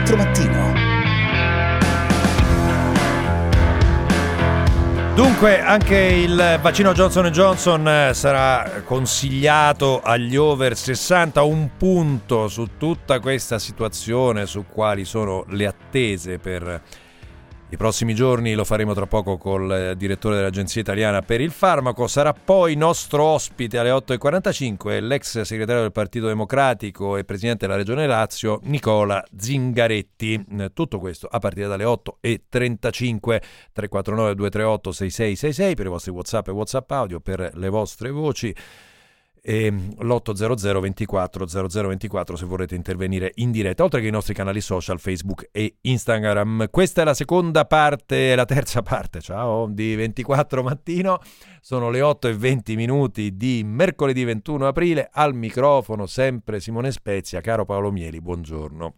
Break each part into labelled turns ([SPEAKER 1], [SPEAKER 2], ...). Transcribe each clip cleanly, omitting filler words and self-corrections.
[SPEAKER 1] 24 Mattino.
[SPEAKER 2] Dunque anche il vaccino Johnson & Johnson sarà consigliato agli over 60. Un punto su tutta questa situazione, su quali sono le attese per i prossimi giorni, lo faremo tra poco col direttore dell'Agenzia Italiana per il Farmaco. Sarà poi nostro ospite alle 8.45 l'ex segretario del Partito Democratico e presidente della Regione Lazio, Nicola Zingaretti. Tutto questo a partire dalle 8.35. 349 238 6666 per i vostri WhatsApp e WhatsApp audio, per le vostre voci, e l'800 24 0024 se vorrete intervenire in diretta, oltre che i nostri canali social Facebook e Instagram. Questa è la seconda parte, la terza parte, ciao, di 24 Mattino. Sono le 8:20 di mercoledì 21 aprile. Al microfono sempre Simone Spezia. Caro Paolo Mieli, buongiorno.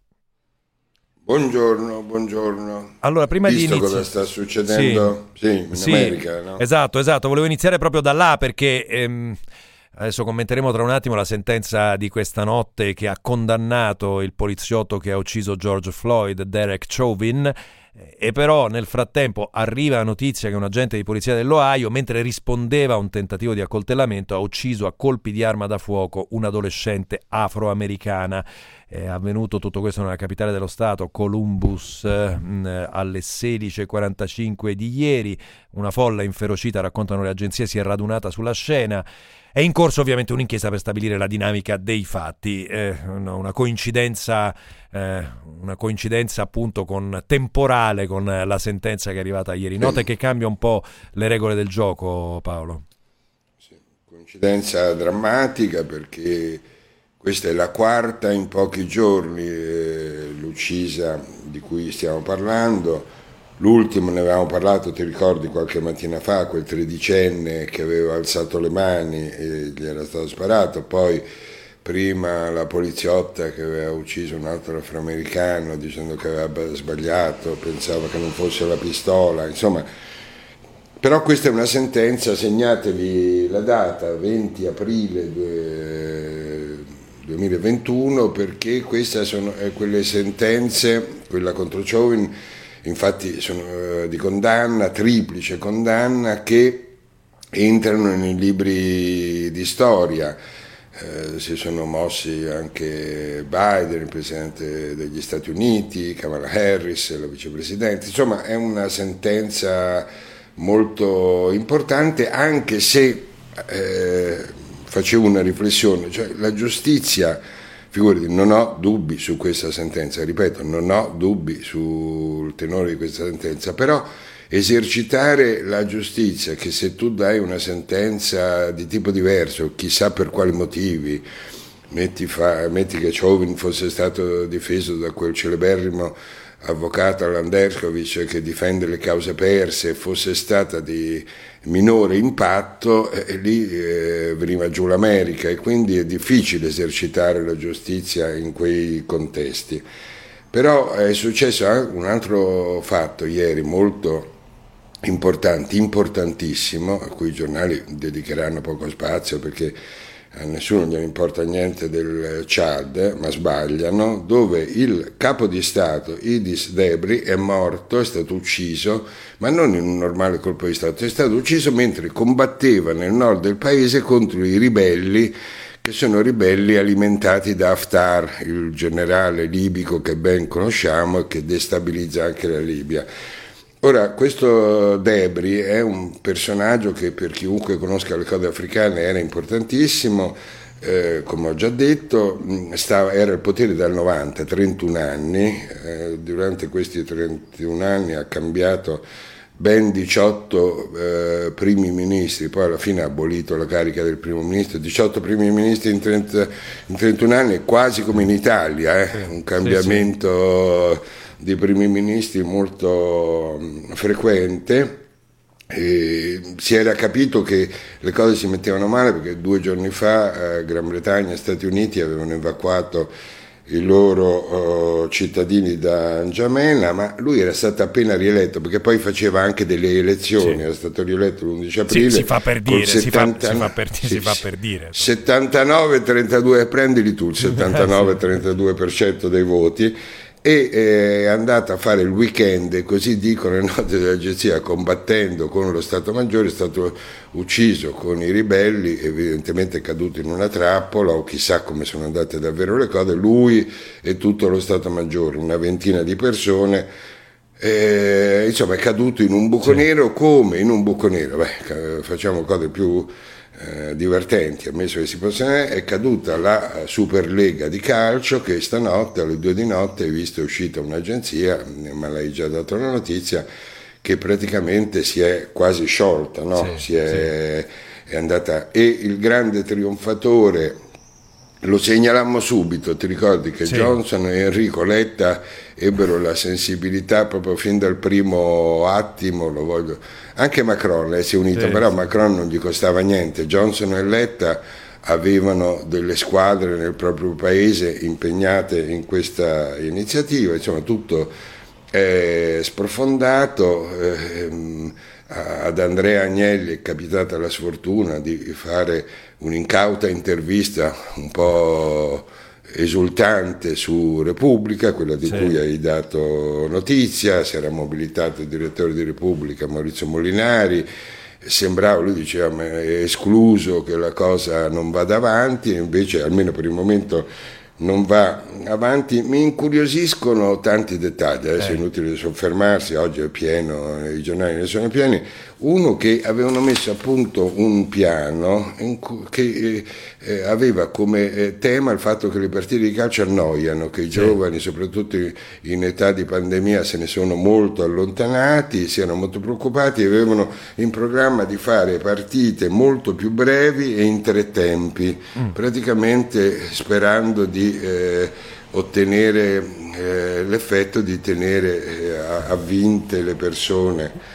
[SPEAKER 3] Buongiorno.
[SPEAKER 2] Allora, prima
[SPEAKER 3] Visto
[SPEAKER 2] di iniziare,
[SPEAKER 3] cosa sta succedendo in America, no?
[SPEAKER 2] Esatto, volevo iniziare proprio da là perché adesso commenteremo tra un attimo la sentenza di questa notte che ha condannato il poliziotto che ha ucciso George Floyd, Derek Chauvin, e però nel frattempo arriva la notizia che un agente di polizia dell'Ohio, mentre rispondeva a un tentativo di accoltellamento, ha ucciso a colpi di arma da fuoco un'adolescente afroamericana. È avvenuto tutto questo nella capitale dello stato, Columbus, alle 16:45 di ieri. Una folla inferocita, raccontano le agenzie, si è radunata sulla scena. È in corso ovviamente un'inchiesta per stabilire la dinamica dei fatti, una coincidenza appunto temporale con la sentenza che è arrivata ieri notte, che cambia un po' le regole del gioco, Paolo.
[SPEAKER 3] Sì, coincidenza drammatica, perché questa è la quarta in pochi giorni, l'uccisa di cui stiamo parlando. L'ultimo ne avevamo parlato, ti ricordi, qualche mattina fa, quel tredicenne che aveva alzato le mani e gli era stato sparato. Poi prima la poliziotta che aveva ucciso un altro afroamericano dicendo che aveva sbagliato, pensava che non fosse la pistola, insomma. Però questa è una sentenza, segnatevi la data, 20 aprile 2021, perché queste sono quelle sentenze, quella contro Chauvin, infatti sono di condanna, triplice condanna, che entrano nei libri di storia. Si sono mossi anche Biden, il presidente degli Stati Uniti, Kamala Harris, la vicepresidente. Insomma, è una sentenza molto importante, anche se facevo una riflessione, cioè la giustizia, figurati, non ho dubbi su questa sentenza, ripeto, non ho dubbi sul tenore di questa sentenza, però esercitare la giustizia, che se tu dai una sentenza di tipo diverso, chissà per quali motivi, metti che Chauvin fosse stato difeso da quel celeberrimo avvocato Alan Dershowitz che difende le cause perse, fosse stata di minore impatto, lì veniva giù l'America, e quindi è difficile esercitare la giustizia in quei contesti. Però è successo anche un altro fatto ieri molto importante, importantissimo, a cui i giornali dedicheranno poco spazio perché a nessuno gliene importa niente del Chad, ma sbagliano, dove il capo di Stato Idriss Deby è morto, è stato ucciso, ma non in un normale colpo di Stato, è stato ucciso mentre combatteva nel nord del paese contro i ribelli, che sono ribelli alimentati da Haftar, il generale libico che ben conosciamo e che destabilizza anche la Libia. Ora, questo Debri è un personaggio che per chiunque conosca le cose africane era importantissimo, come ho già detto, era al potere dal 90, 31 anni, durante questi 31 anni ha cambiato ben 18 primi ministri, poi alla fine ha abolito la carica del primo ministro, 18 primi ministri in 31 anni, è quasi come in Italia, un cambiamento di primi ministri molto frequente. E si era capito che le cose si mettevano male perché 2 giorni fa Gran Bretagna e Stati Uniti avevano evacuato i loro cittadini da N'Djamena, ma lui era stato appena rieletto, perché poi faceva anche delle elezioni, era stato rieletto l'11 aprile.
[SPEAKER 2] Si fa per dire, si fa per dire.
[SPEAKER 3] 79-32, prendili tu il 79-32% dei voti. e è andata a fare il weekend, e così dicono le note dell'agenzia, combattendo con lo Stato Maggiore. È stato ucciso con i ribelli, evidentemente è caduto in una trappola, o chissà come sono andate davvero le cose, lui e tutto lo Stato Maggiore, una ventina di persone. Insomma, è caduto in un buco nero. Come in un buco nero? Facciamo cose più divertenti, ammesso che si possa. È caduta la Superlega di calcio, che stanotte alle 2 di notte, è uscita un'agenzia, ma l'hai già dato la notizia, che praticamente si è quasi sciolta, no? È andata, e il grande trionfatore, lo segnalammo subito, ti ricordi che Johnson e Enrico Letta ebbero la sensibilità proprio fin dal primo attimo, anche Macron si è unito, però Macron non gli costava niente. Johnson e Letta avevano delle squadre nel proprio paese impegnate in questa iniziativa, insomma tutto è sprofondato. Ad Andrea Agnelli è capitata la sfortuna di fare un'incauta intervista un po' esultante su Repubblica, quella di cui hai dato notizia. Si era mobilitato il direttore di Repubblica Maurizio Molinari, sembrava, lui diceva, ma è escluso che la cosa non vada avanti, invece almeno per il momento non va avanti. Mi incuriosiscono tanti dettagli, adesso è inutile soffermarsi, oggi è pieno, i giornali ne sono pieni. Uno, che avevano messo a punto un piano che aveva come tema il fatto che le partite di calcio annoiano, che i giovani, soprattutto in età di pandemia, se ne sono molto allontanati, si erano molto preoccupati, e avevano in programma di fare partite molto più brevi e in 3 tempi, praticamente sperando di ottenere l'effetto di tenere avvinte le persone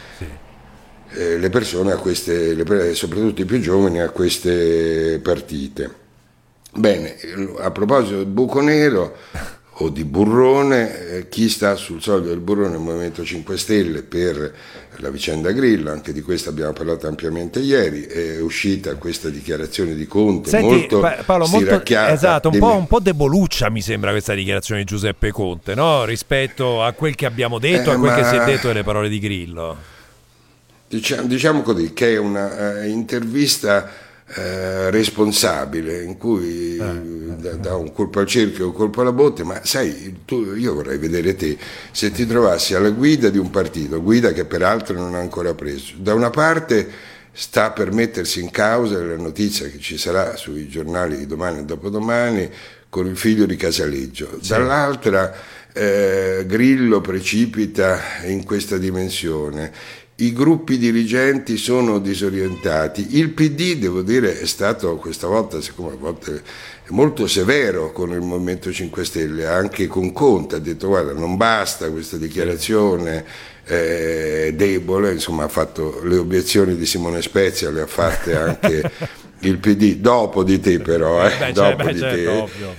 [SPEAKER 3] a queste, soprattutto i più giovani, a queste partite. Bene, a proposito del buco nero o di burrone, chi sta sul solito del burrone è il Movimento 5 Stelle per la vicenda Grillo. Anche di questo abbiamo parlato ampiamente ieri. È uscita questa dichiarazione di Conte.
[SPEAKER 2] Senti,
[SPEAKER 3] molto
[SPEAKER 2] Paolo,
[SPEAKER 3] stiracchiata.
[SPEAKER 2] Esatto, un po' deboluccia mi sembra questa dichiarazione di Giuseppe Conte, no? Rispetto a quel che abbiamo detto, a quel che si è detto delle parole di Grillo.
[SPEAKER 3] Diciamo così, che è una intervista responsabile, in cui dà un colpo al cerchio e un colpo alla botte. Ma sai, io vorrei vedere te se ti trovassi alla guida di un partito, guida che peraltro non ha ancora preso. Da una parte sta per mettersi in causa la notizia che ci sarà sui giornali di domani e dopodomani con il figlio di Casaleggio, dall'altra Grillo precipita in questa dimensione. I gruppi dirigenti sono disorientati. Il PD, devo dire, è stato questa volta, siccome a volte è molto severo con il Movimento 5 Stelle, anche con Conte, ha detto guarda, non basta questa dichiarazione debole, insomma ha fatto le obiezioni di Simone Spezia, le ha fatte anche il PD, dopo di te però, dopo di te. Ovvio.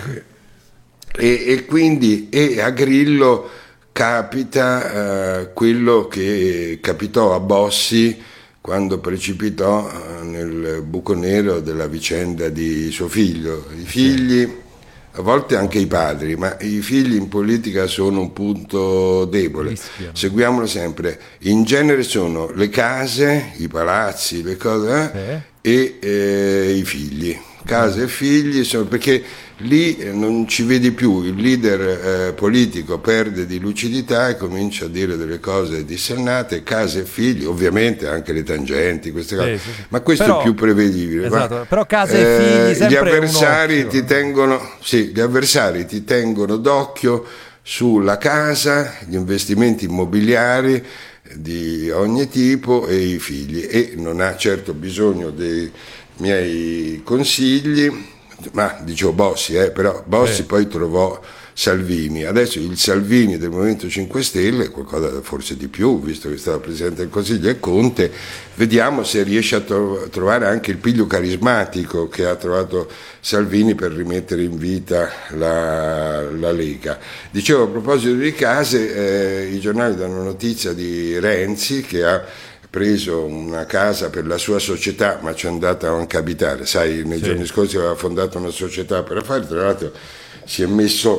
[SPEAKER 3] E quindi a Grillo capita quello che capitò a Bossi quando precipitò nel buco nero della vicenda di suo figlio. I figli, a volte anche i padri, ma i figli in politica sono un punto debole. Seguiamolo sempre. In genere sono le case, i palazzi, le cose, e i figli. Case e figli, perché lì non ci vedi più, il leader politico perde di lucidità e comincia a dire delle cose dissennate. Case e figli, ovviamente anche le tangenti, queste cose, ma questo però è più prevedibile.
[SPEAKER 2] Esatto, però case e figli sempre
[SPEAKER 3] gli avversari gli avversari ti tengono d'occhio sulla casa, gli investimenti immobiliari di ogni tipo e i figli, e non ha certo bisogno dei miei consigli, ma dicevo Bossi, però Bossi poi trovò Salvini. Adesso il Salvini del Movimento 5 Stelle, qualcosa forse di più, visto che stava Presidente del Consiglio, e Conte. Vediamo se riesce a trovare anche il piglio carismatico che ha trovato Salvini per rimettere in vita la Lega. Dicevo, a proposito di case, i giornali danno notizia di Renzi che ha preso una casa per la sua società, ma ci è andata anche a abitare. Sai, nei giorni scorsi aveva fondato una società per affari, tra l'altro si è messo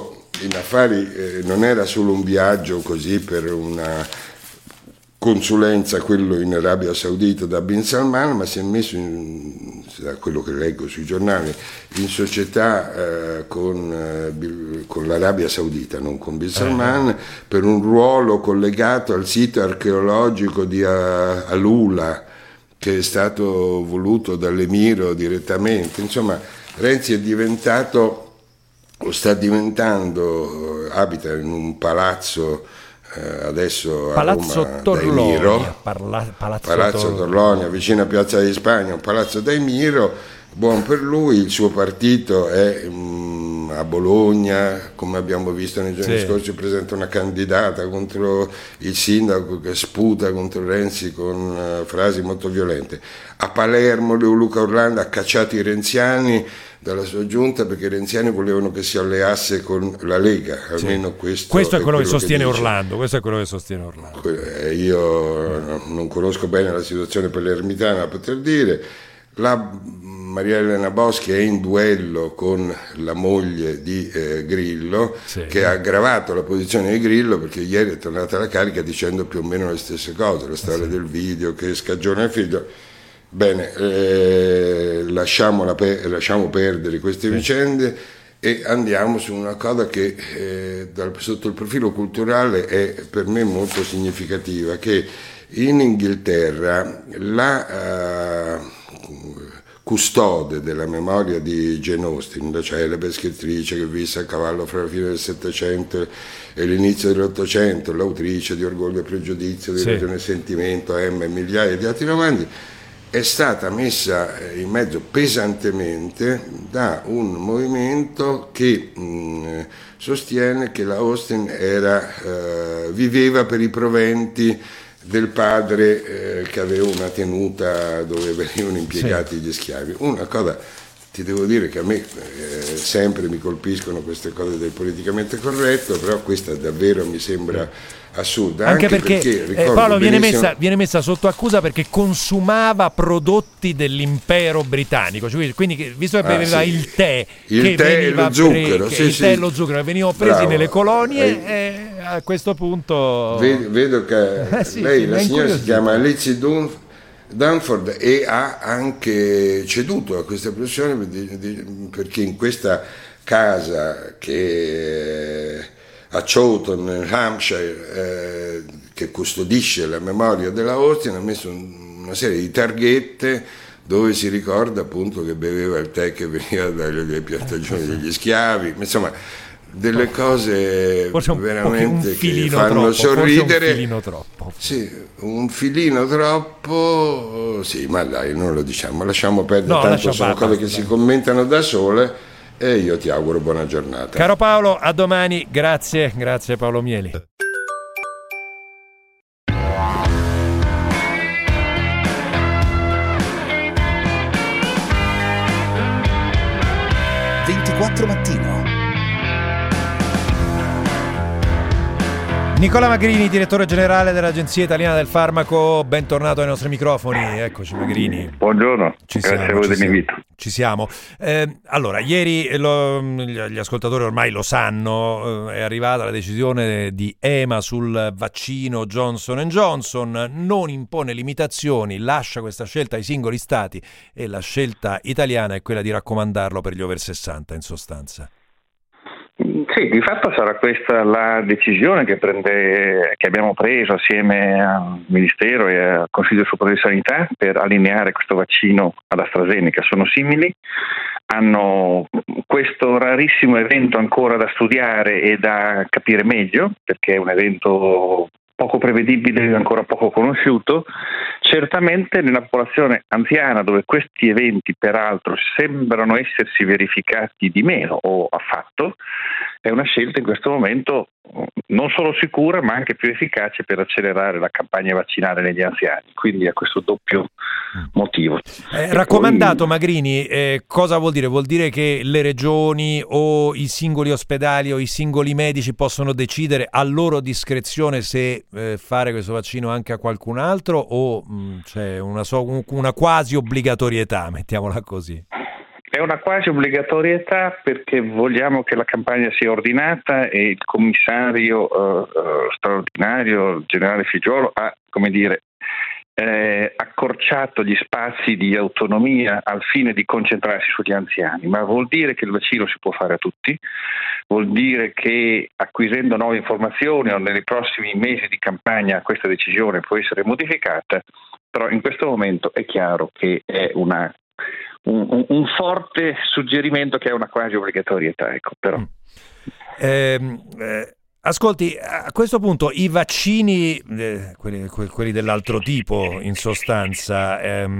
[SPEAKER 3] in affari non era solo un viaggio così per una consulenza, quello in Arabia Saudita da Bin Salman, ma si è messo, da quello che leggo sui giornali, in società con l'Arabia Saudita, non con Bin Salman, per un ruolo collegato al sito archeologico di Alula, che è stato voluto dall'Emiro direttamente. Insomma, Renzi è diventato, o sta diventando, abita in un palazzo adesso
[SPEAKER 2] Palazzo
[SPEAKER 3] a Roma,
[SPEAKER 2] Torlonia,
[SPEAKER 3] Palazzo Torlonia, vicino a Piazza di Spagna, un palazzo da Emiro, buon per lui. Il suo partito è a Bologna, come abbiamo visto nei giorni scorsi, presenta una candidata contro il sindaco che sputa contro Renzi con frasi molto violente. A Palermo Luca Orlando ha cacciato i renziani dalla sua giunta perché i renziani volevano che si alleasse con la Lega, almeno questo
[SPEAKER 2] è quello che sostiene
[SPEAKER 3] dice.
[SPEAKER 2] Orlando. Questo è quello che sostiene Orlando.
[SPEAKER 3] Io non conosco bene la situazione palermitana a poter dire. La Maria Elena Boschi è in duello con la moglie di Grillo, che ha aggravato la posizione di Grillo perché ieri è tornata alla carica dicendo più o meno le stesse cose, la storia del video che scagiona il figlio. Bene, lasciamo perdere queste vicende e andiamo su una cosa che sotto il profilo culturale è per me molto significativa, che in Inghilterra la custode della memoria di Jane Austen, la celebre scrittrice che visse a cavallo fra la fine del Settecento e l'inizio dell'Ottocento, l'autrice di Orgoglio e Pregiudizio, di Ragione e Sentimento, Emma e migliaia di altri romanzi, è stata messa in mezzo pesantemente da un movimento che sostiene che la Austen viveva per i proventi del padre che aveva una tenuta dove venivano impiegati gli schiavi. Una cosa, ti devo dire che a me sempre mi colpiscono queste cose del politicamente corretto, però questa davvero mi sembra assurda.
[SPEAKER 2] Anche perché Paolo viene messa sotto accusa perché consumava prodotti dell'impero britannico, cioè, quindi visto che beveva il tè
[SPEAKER 3] e lo zucchero,
[SPEAKER 2] e lo zucchero che venivano presi nelle colonie, a questo punto
[SPEAKER 3] vedo che lei, la signora si chiama Lizzie Dunford e ha anche ceduto a questa pressione perché in questa casa che a Chawton, nel Hampshire, che custodisce la memoria della Austen, ha messo una serie di targhette dove si ricorda appunto che beveva il tè che veniva dalle piantagioni degli schiavi, insomma delle cose veramente che fanno sorridere.
[SPEAKER 2] Un filino troppo.
[SPEAKER 3] Sì, un filino troppo, sì, ma dai, non lo diciamo, lasciamo perdere, tanto sono cose che si commentano da sole. E io ti auguro buona giornata.
[SPEAKER 2] Caro Paolo, a domani, grazie Paolo Mieli.
[SPEAKER 1] Mattino.
[SPEAKER 2] Nicola Magrini, direttore generale dell'Agenzia Italiana del Farmaco, bentornato ai nostri microfoni. Eccoci Magrini.
[SPEAKER 4] Buongiorno, grazie a voi dell'invito.
[SPEAKER 2] Ci siamo. Allora, ieri gli ascoltatori ormai lo sanno, è arrivata la decisione di EMA sul vaccino Johnson & Johnson, non impone limitazioni, lascia questa scelta ai singoli stati e la scelta italiana è quella di raccomandarlo per gli over 60 in sostanza.
[SPEAKER 4] Sì, di fatto sarà questa la decisione che abbiamo preso assieme al Ministero e al Consiglio Superiore di Sanità per allineare questo vaccino ad AstraZeneca. Sono simili, hanno questo rarissimo evento ancora da studiare e da capire meglio, perché è un evento poco prevedibile e ancora poco conosciuto. Certamente nella popolazione anziana, dove questi eventi peraltro sembrano essersi verificati di meno o affatto, è una scelta in questo momento non solo sicura ma anche più efficace per accelerare la campagna vaccinale negli anziani, quindi ha questo doppio motivo.
[SPEAKER 2] Raccomandato, Magrini, cosa vuol dire? Vuol dire che le regioni o i singoli ospedali o i singoli medici possono decidere a loro discrezione se fare questo vaccino anche a qualcun altro o c'è una quasi obbligatorietà, mettiamola così?
[SPEAKER 4] È una quasi obbligatorietà perché vogliamo che la campagna sia ordinata e il commissario straordinario, il generale Figliuolo, ha, come dire, accorciato gli spazi di autonomia al fine di concentrarsi sugli anziani, ma vuol dire che il vaccino si può fare a tutti, vuol dire che acquisendo nuove informazioni o nei prossimi mesi di campagna questa decisione può essere modificata, però in questo momento è chiaro che è un forte suggerimento che è una quasi obbligatorietà, ecco, però.
[SPEAKER 2] Ascolti, a questo punto i vaccini, quelli dell'altro tipo, in sostanza,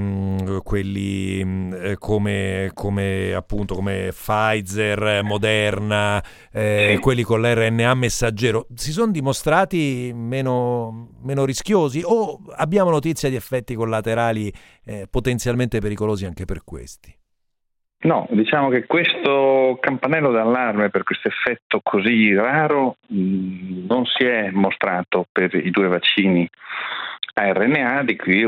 [SPEAKER 2] quelli come appunto come Pfizer, Moderna, quelli con l'RNA messaggero, si sono dimostrati meno rischiosi o abbiamo notizia di effetti collaterali potenzialmente pericolosi anche per questi?
[SPEAKER 4] No, diciamo che questo campanello d'allarme per questo effetto così raro non si è mostrato per i 2 vaccini a RNA, di cui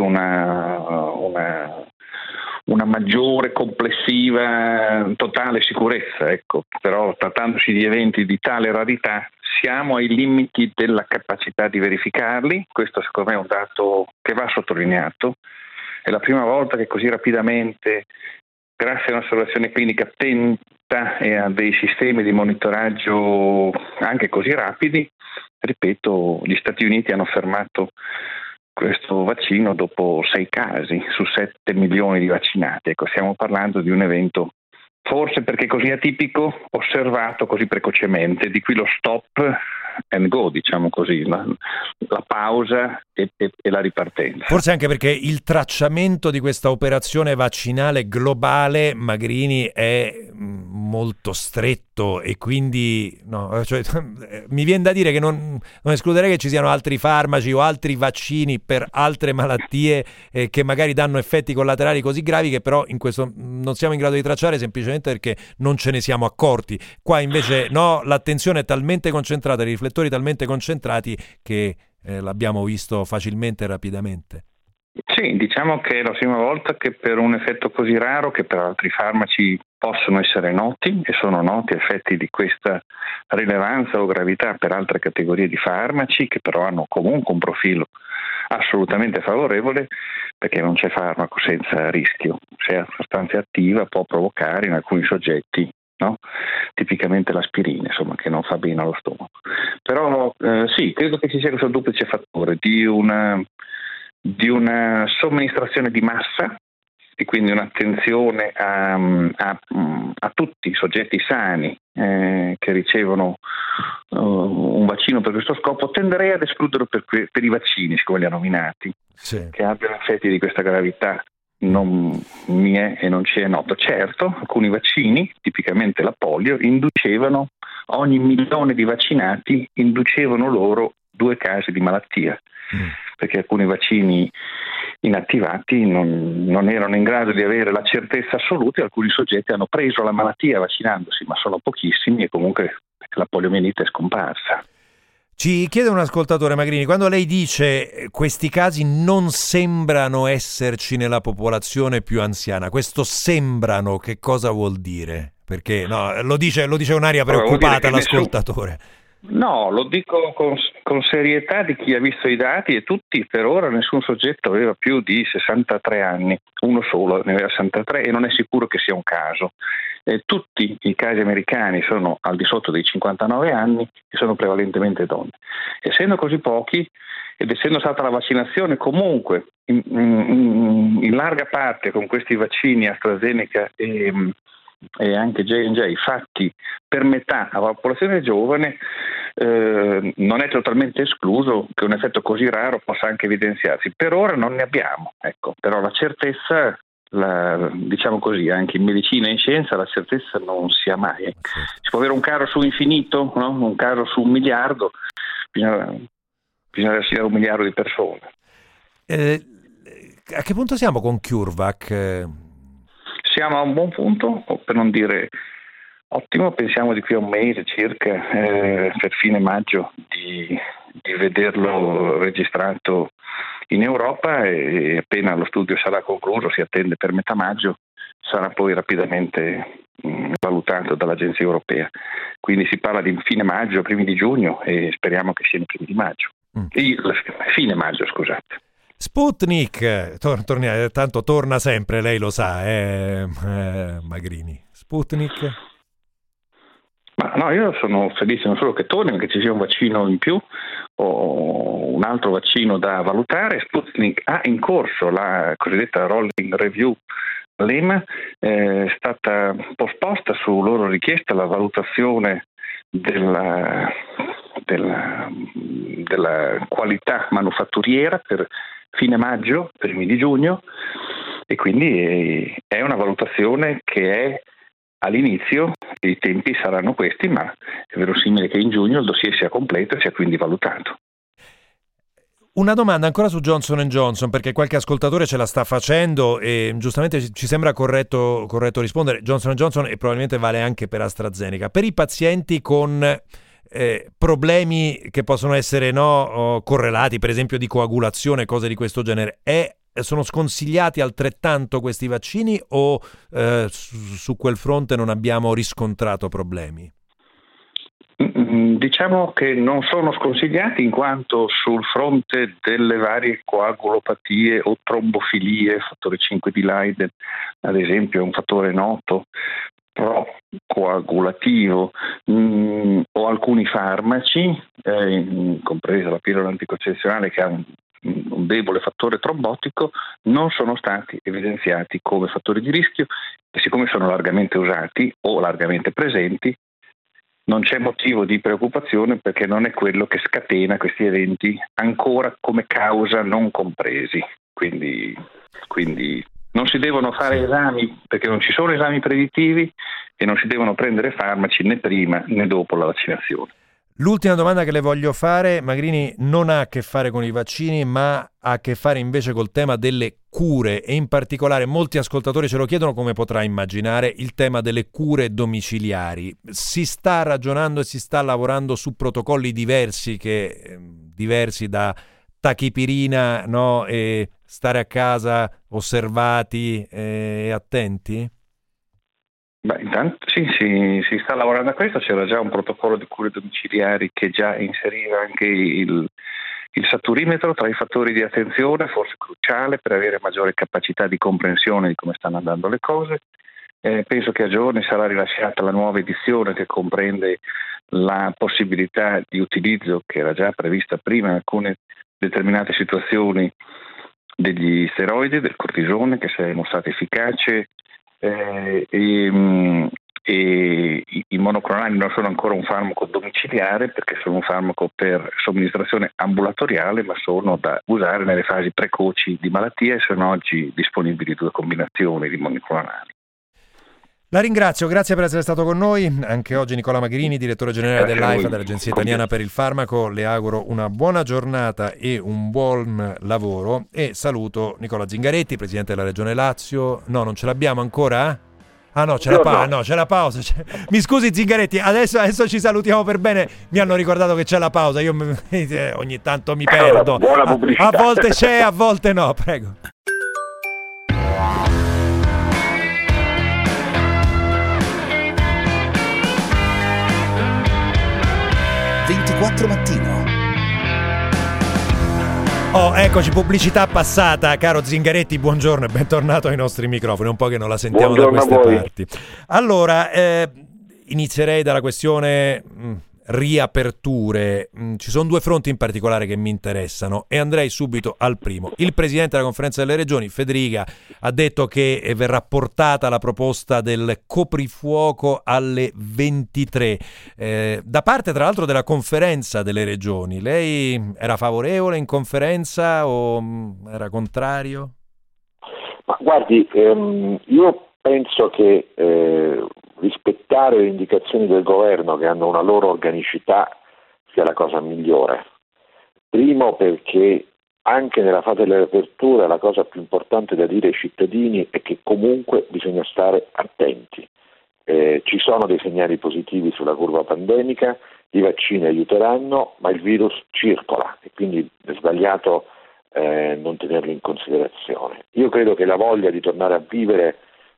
[SPEAKER 4] una maggiore complessiva totale sicurezza, ecco. Però trattandosi di eventi di tale rarità siamo ai limiti della capacità di verificarli, questo secondo me è un dato che va sottolineato, è la prima volta che così rapidamente, grazie a un'osservazione clinica attenta e a dei sistemi di monitoraggio anche così rapidi, ripeto, gli Stati Uniti hanno fermato questo vaccino dopo 6 casi su 7 milioni di vaccinati. Ecco, stiamo parlando di un evento, forse perché così atipico, osservato così precocemente, di qui lo stop and go, diciamo così, la pausa e la ripartenza.
[SPEAKER 2] Forse anche perché il tracciamento di questa operazione vaccinale globale, Magrini, è molto stretto e quindi mi viene da dire che non escluderei che ci siano altri farmaci o altri vaccini per altre malattie che magari danno effetti collaterali così gravi che però in questo non siamo in grado di tracciare semplicemente perché non ce ne siamo accorti. Qua invece no, l'attenzione è talmente concentrata, i riflettori talmente concentrati che l'abbiamo visto facilmente e rapidamente.
[SPEAKER 4] Sì, diciamo che è la prima volta che per un effetto così raro, che per altri farmaci possono essere noti e sono noti effetti di questa rilevanza o gravità per altre categorie di farmaci che però hanno comunque un profilo assolutamente favorevole perché non c'è farmaco senza rischio. Se la sostanza attiva può provocare in alcuni soggetti, no? Tipicamente l'aspirina, insomma, che non fa bene allo stomaco. Però sì, credo che ci sia questo duplice fattore di una somministrazione di massa e quindi un'attenzione a tutti i soggetti sani che ricevono un vaccino per questo scopo. Tenderei ad escluderlo per i vaccini, siccome li ha nominati, sì, che abbiano effetti di questa gravità. Non mi è e non ci è noto. Certo, alcuni vaccini, tipicamente la polio, inducevano, ogni 1 milione di vaccinati inducevano loro 2 casi di malattia, perché alcuni vaccini inattivati non erano in grado di avere la certezza assoluta e alcuni soggetti hanno preso la malattia vaccinandosi, ma sono pochissimi e comunque la poliomielite è scomparsa.
[SPEAKER 2] Ci chiede un ascoltatore, Magrini, quando lei dice questi casi non sembrano esserci nella popolazione più anziana, questo sembrano che cosa vuol dire? Perché no, lo dice un'aria preoccupata l'ascoltatore.
[SPEAKER 4] No, lo dico con serietà di chi ha visto i dati e tutti, per ora nessun soggetto aveva più di 63 anni, uno solo ne aveva 63 e non è sicuro che sia un caso. Tutti i casi americani sono al di sotto dei 59 anni e sono prevalentemente donne. Essendo così pochi ed essendo stata la vaccinazione comunque in larga parte con questi vaccini AstraZeneca e anche J&J fatti per metà alla popolazione giovane, non è totalmente escluso che un effetto così raro possa anche evidenziarsi. Per ora non ne abbiamo, ecco, però la certezza, diciamo così, anche in medicina e in scienza la certezza non si ha mai. Si può avere un caso su infinito, no? Un caso su 1 miliardo, bisogna rassegnare 1 miliardo di persone.
[SPEAKER 2] A che punto siamo con CureVac?
[SPEAKER 4] Siamo a un buon punto, per non dire ottimo, pensiamo di qui a un mese circa, per fine maggio, di vederlo registrato in Europa e appena lo studio sarà concluso, si attende per metà maggio, sarà poi rapidamente valutato dall'Agenzia Europea. Quindi si parla di fine maggio, primi di giugno, e speriamo che siano i primi di maggio. Fine maggio, scusate.
[SPEAKER 2] Sputnik, tanto torna sempre, lei lo sa, Magrini. Sputnik?
[SPEAKER 4] Ma no, io sono felice non solo che torni, ma che ci sia un vaccino in più o un altro vaccino da valutare. Sputnik ha in corso la cosiddetta rolling review all'EMA, è stata posposta su loro richiesta la valutazione della qualità manufatturiera per fine maggio, primi di giugno, e quindi è una valutazione che è all'inizio, i tempi saranno questi, ma è verosimile che in giugno il dossier sia completo e sia quindi valutato.
[SPEAKER 2] Una domanda ancora su Johnson & Johnson, perché qualche ascoltatore ce la sta facendo e giustamente ci sembra corretto rispondere. Johnson & Johnson, e probabilmente vale anche per AstraZeneca. Per i pazienti con problemi che possono essere correlati, per esempio di coagulazione, cose di questo genere, sono sconsigliati altrettanto questi vaccini o su quel fronte non abbiamo riscontrato problemi?
[SPEAKER 4] Diciamo che non sono sconsigliati in quanto sul fronte delle varie coagulopatie o trombofilie, fattore 5 di Leiden ad esempio è un fattore noto pro-coagulativo, o alcuni farmaci, compresa la pillola anticoncezionale che ha un debole fattore trombotico, non sono stati evidenziati come fattori di rischio e siccome sono largamente usati o largamente presenti non c'è motivo di preoccupazione perché non è quello che scatena questi eventi ancora come causa non compresi. Quindi non si devono fare esami perché non ci sono esami predittivi e non si devono prendere farmaci né prima né dopo la vaccinazione.
[SPEAKER 2] L'ultima domanda che le voglio fare, Magrini, non ha a che fare con i vaccini, ma ha a che fare invece col tema delle cure e in particolare molti ascoltatori ce lo chiedono, come potrà immaginare, il tema delle cure domiciliari. Si sta ragionando e si sta lavorando su protocolli diversi da tachipirina, no? E stare a casa osservati e attenti?
[SPEAKER 4] Beh, intanto sì, si sta lavorando a questo, c'era già un protocollo di cure domiciliari che già inseriva anche il saturimetro tra i fattori di attenzione, forse cruciale per avere maggiore capacità di comprensione di come stanno andando le cose. Penso che a giorni sarà rilasciata la nuova edizione che comprende la possibilità di utilizzo, che era già prevista prima in alcune determinate situazioni, degli steroidi, del cortisone, che si è mostrato efficace, i monoclonali non sono ancora un farmaco domiciliare perché sono un farmaco per somministrazione ambulatoriale, ma sono da usare nelle fasi precoci di malattia e sono oggi disponibili 2 combinazioni di monoclonali.
[SPEAKER 2] La ringrazio, grazie per essere stato con noi. Anche oggi Nicola Magrini, direttore generale dell'AIFA, dell'Agenzia Italiana per il Farmaco. Le auguro una buona giornata e un buon lavoro e saluto Nicola Zingaretti, presidente della Regione Lazio. No, non ce l'abbiamo ancora? Ah no, c'è la pausa. Mi scusi Zingaretti, adesso ci salutiamo per bene. Mi hanno ricordato che c'è la pausa, io ogni tanto mi perdo.
[SPEAKER 5] Buona pubblicità.
[SPEAKER 2] A volte c'è, a volte no, prego.
[SPEAKER 1] Mattino.
[SPEAKER 2] Oh, eccoci, pubblicità passata. Caro Zingaretti, buongiorno e bentornato ai nostri microfoni. Un po' che non la sentiamo buongiorno da queste parti. Allora, inizierei dalla questione riaperture. Ci sono 2 fronti in particolare che mi interessano e andrei subito al primo. Il presidente della Conferenza delle Regioni, Federica, ha detto che verrà portata la proposta del coprifuoco alle 23 da parte tra l'altro della Conferenza delle Regioni. Lei era favorevole in conferenza o era contrario?
[SPEAKER 5] Ma guardi, io penso che rispettare le indicazioni del governo che hanno una loro organicità sia la cosa migliore. Primo perché anche nella fase della riapertura la cosa più importante da dire ai cittadini è che comunque bisogna stare attenti. Ci sono dei segnali positivi sulla curva pandemica, i vaccini aiuteranno, ma il virus circola e quindi è sbagliato non tenerlo in considerazione. Io credo che la voglia di tornare a vivere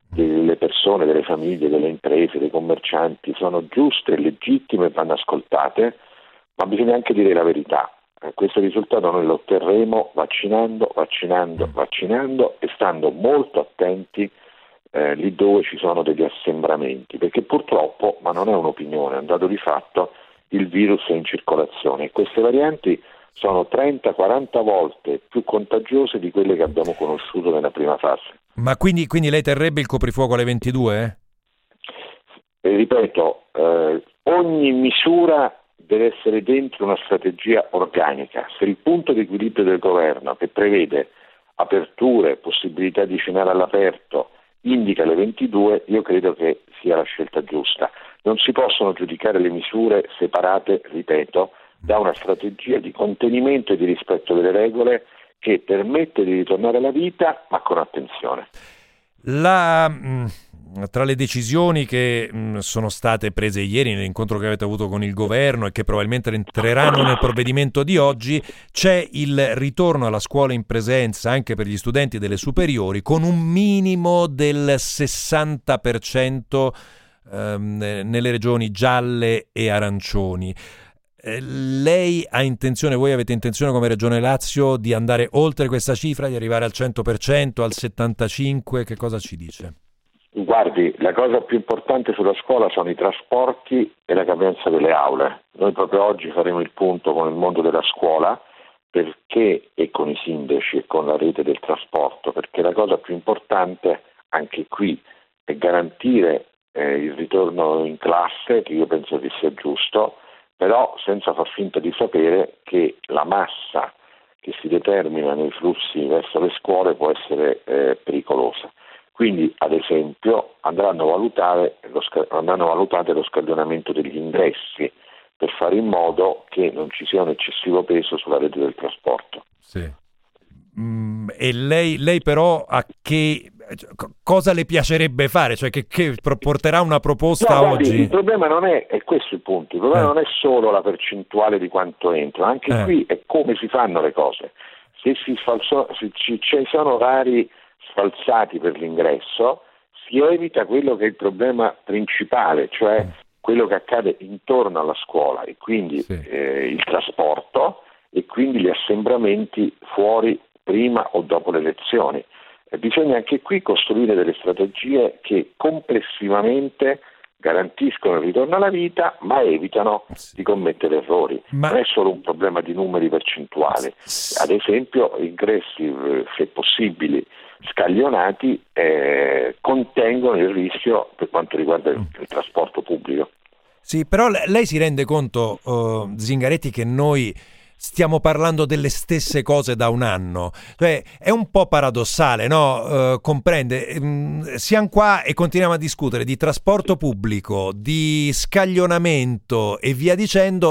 [SPEAKER 5] delle persone, delle famiglie, delle imprese, dei commercianti sono giuste e legittime e vanno ascoltate, ma bisogna anche dire la verità. Questo risultato noi lo otterremo vaccinando e stando molto attenti lì dove ci sono degli assembramenti, perché purtroppo, ma non è un'opinione, è un dato di fatto, il virus è in circolazione e queste varianti sono 30-40 volte più contagiose di quelle che abbiamo conosciuto nella prima fase.
[SPEAKER 2] Ma quindi lei terrebbe il coprifuoco alle 22?
[SPEAKER 5] Ripeto, ogni misura deve essere dentro una strategia organica. Se il punto di equilibrio del governo, che prevede aperture, possibilità di cenare all'aperto, indica le 22, io credo che sia la scelta giusta. Non si possono giudicare le misure separate, ripeto, da una strategia di contenimento e di rispetto delle regole che permette di ritornare alla vita, ma con attenzione.
[SPEAKER 2] Tra le decisioni che sono state prese ieri nell'incontro che avete avuto con il governo e che probabilmente entreranno nel provvedimento di oggi, c'è il ritorno alla scuola in presenza anche per gli studenti delle superiori con un minimo del 60% nelle regioni gialle e arancioni. Voi avete intenzione come Regione Lazio di andare oltre questa cifra, di arrivare al 100%, al 75%? Che cosa ci dice?
[SPEAKER 5] Guardi, la cosa più importante sulla scuola sono i trasporti e la capienza delle aule. Noi proprio oggi faremo il punto con il mondo della scuola perché, e con i sindaci e con la rete del trasporto, perché la cosa più importante anche qui è garantire il ritorno in classe, che io penso che sia giusto, però senza far finta di sapere che la massa che si determina nei flussi verso le scuole può essere pericolosa. Quindi, ad esempio, andranno valutate lo scaglionamento degli ingressi per fare in modo che non ci sia un eccessivo peso sulla rete del trasporto.
[SPEAKER 2] Sì. E lei però cosa le piacerebbe fare? Cioè che porterà una proposta oggi?
[SPEAKER 5] Il problema non è questo il punto, il problema non è solo la percentuale di quanto entra, anche qui è come si fanno le cose. Se ci sono orari sfalsati per l'ingresso, si evita quello che è il problema principale, cioè quello che accade intorno alla scuola e quindi il trasporto e quindi gli assembramenti fuori prima o dopo le lezioni. Bisogna anche qui costruire delle strategie che complessivamente garantiscono il ritorno alla vita, ma evitano di commettere errori. Non è solo un problema di numeri percentuali. Ad esempio, ingressi, se possibili, scaglionati, contengono il rischio per quanto riguarda il trasporto pubblico.
[SPEAKER 2] Sì, però lei si rende conto, Zingaretti, che noi stiamo parlando delle stesse cose da un anno, cioè è un po' paradossale, no? Comprende? Siamo qua e continuiamo a discutere di trasporto pubblico, di scaglionamento e via dicendo,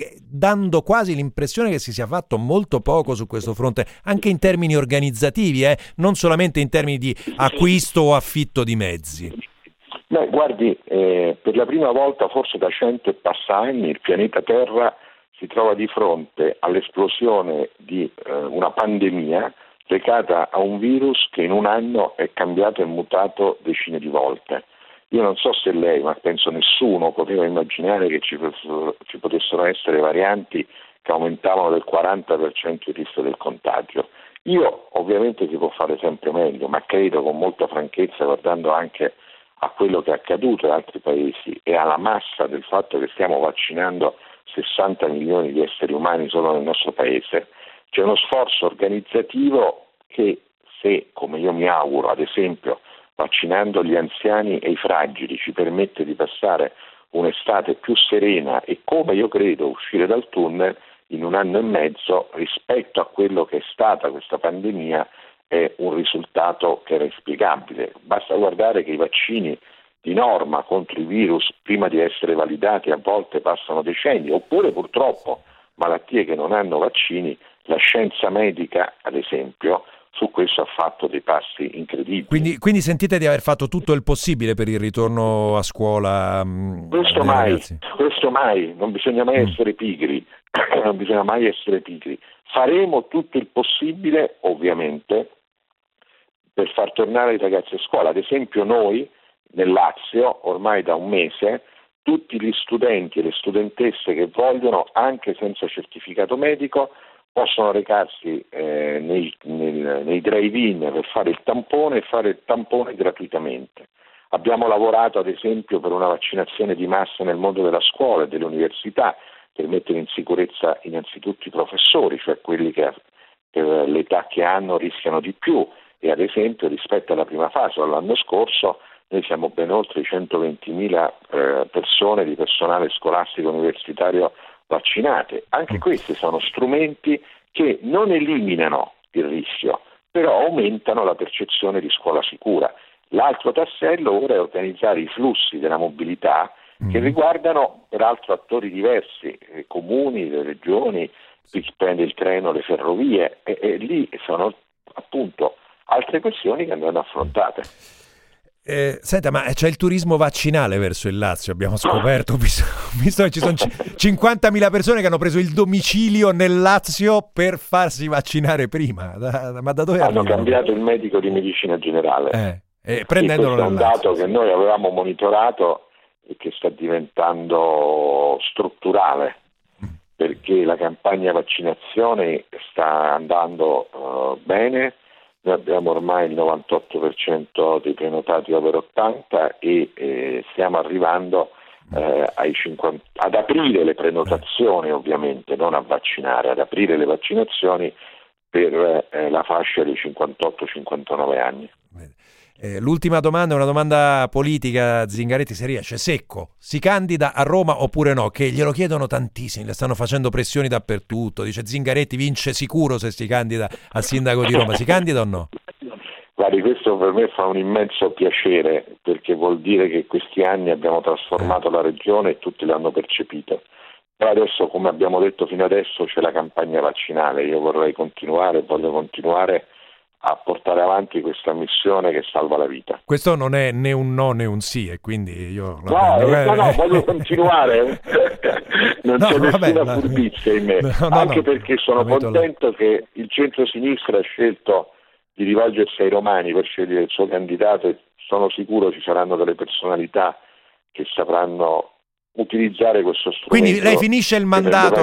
[SPEAKER 2] dando quasi l'impressione che si sia fatto molto poco su questo fronte, anche in termini organizzativi, non solamente in termini di acquisto o affitto di mezzi.
[SPEAKER 5] Beh, guardi, per la prima volta forse da 100 e passa anni il pianeta Terra si trova di fronte all'esplosione di una pandemia legata a un virus che in un anno è cambiato e mutato decine di volte. Io non so se lei, ma penso nessuno, poteva immaginare che ci potessero essere varianti che aumentavano del 40% il rischio del contagio. Io ovviamente si può fare sempre meglio, ma credo con molta franchezza, guardando anche a quello che è accaduto in altri paesi e alla massa del fatto che stiamo vaccinando 60 milioni di esseri umani solo nel nostro paese, c'è uno sforzo organizzativo che, se, come io mi auguro, ad esempio vaccinando gli anziani e i fragili, ci permette di passare un'estate più serena e, come io credo, uscire dal tunnel in un anno e mezzo rispetto a quello che è stata questa pandemia, è un risultato che era inspiegabile. Basta guardare che i vaccini di norma contro i virus, prima di essere validati, a volte passano decenni, oppure purtroppo malattie che non hanno vaccini, la scienza medica, ad esempio, su questo ha fatto dei passi incredibili.
[SPEAKER 2] Quindi sentite di aver fatto tutto il possibile per il ritorno a scuola?
[SPEAKER 5] Questo mai, non bisogna mai essere pigri, non bisogna mai essere pigri. Faremo tutto il possibile, ovviamente, per far tornare i ragazzi a scuola. Ad esempio noi nel Lazio ormai da un mese tutti gli studenti e le studentesse che vogliono, anche senza certificato medico, possono recarsi nei drive-in per fare il tampone e fare il tampone gratuitamente. Abbiamo lavorato ad esempio per una vaccinazione di massa nel mondo della scuola e delle università, per mettere in sicurezza innanzitutto i professori, cioè quelli che per l'età che hanno rischiano di più, e ad esempio rispetto alla prima fase o all'anno scorso noi siamo ben oltre i 120.000 persone di personale scolastico universitario vaccinate. Anche questi sono strumenti che non eliminano il rischio, però aumentano la percezione di scuola sicura. L'altro tassello ora è organizzare i flussi della mobilità che riguardano peraltro attori diversi, comuni, le regioni, chi prende il treno, le ferrovie, e lì sono appunto altre questioni che andranno affrontate.
[SPEAKER 2] Senta, ma c'è il turismo vaccinale verso il Lazio, abbiamo scoperto, visto che ci sono 50.000 persone che hanno preso il domicilio nel Lazio per farsi vaccinare prima. Ma da dove
[SPEAKER 5] hanno
[SPEAKER 2] arrivano?
[SPEAKER 5] Cambiato il medico di medicina generale.
[SPEAKER 2] Prendendolo
[SPEAKER 5] questo è un dato
[SPEAKER 2] Lazio,
[SPEAKER 5] che noi avevamo monitorato e che sta diventando strutturale, perché la campagna vaccinazione sta andando bene. Noi abbiamo ormai il 98% dei prenotati over 80 e stiamo arrivando ai 50, ad aprire le prenotazioni, ovviamente non a vaccinare, ad aprire le vaccinazioni per la fascia dei 58-59 anni.
[SPEAKER 2] L'ultima domanda è una domanda politica, Zingaretti, se riesce. Secco si candida a Roma oppure no? Che glielo chiedono tantissimi, le stanno facendo pressioni dappertutto. Dice Zingaretti vince sicuro se si candida al sindaco di Roma. Si candida o no?
[SPEAKER 5] Guardi, questo per me fa un immenso piacere, perché vuol dire che questi anni abbiamo trasformato la regione e tutti l'hanno percepito. Però adesso, come abbiamo detto fino adesso, c'è la campagna vaccinale. Io voglio continuare a portare avanti questa missione che salva la vita.
[SPEAKER 2] Questo non è né un no né un sì, e quindi io...
[SPEAKER 5] No, voglio continuare. Non c'è nessuna furbizia in me, anche perché sono contento che il centro-sinistra ha scelto di rivolgersi ai romani per scegliere il suo candidato, e sono sicuro ci saranno delle personalità che sapranno utilizzare questo strumento.
[SPEAKER 2] Quindi lei finisce il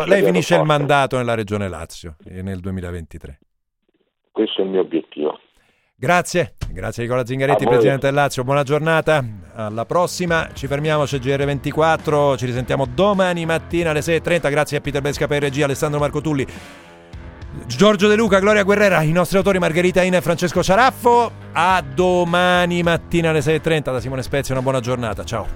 [SPEAKER 2] mandato nella Regione Lazio nel 2023.
[SPEAKER 5] Questo è il mio obiettivo.
[SPEAKER 2] Grazie Nicola Zingaretti, Presidente del Lazio, buona giornata, alla prossima, ci fermiamo, c'è GR24, ci risentiamo domani mattina alle 6.30, grazie a Peter Besca per regia, Alessandro Marco Tulli, Giorgio De Luca, Gloria Guerrera, i nostri autori Margherita Ina e Francesco Ciaraffo. A domani mattina alle 6.30 da Simone Spezia, una buona giornata, ciao.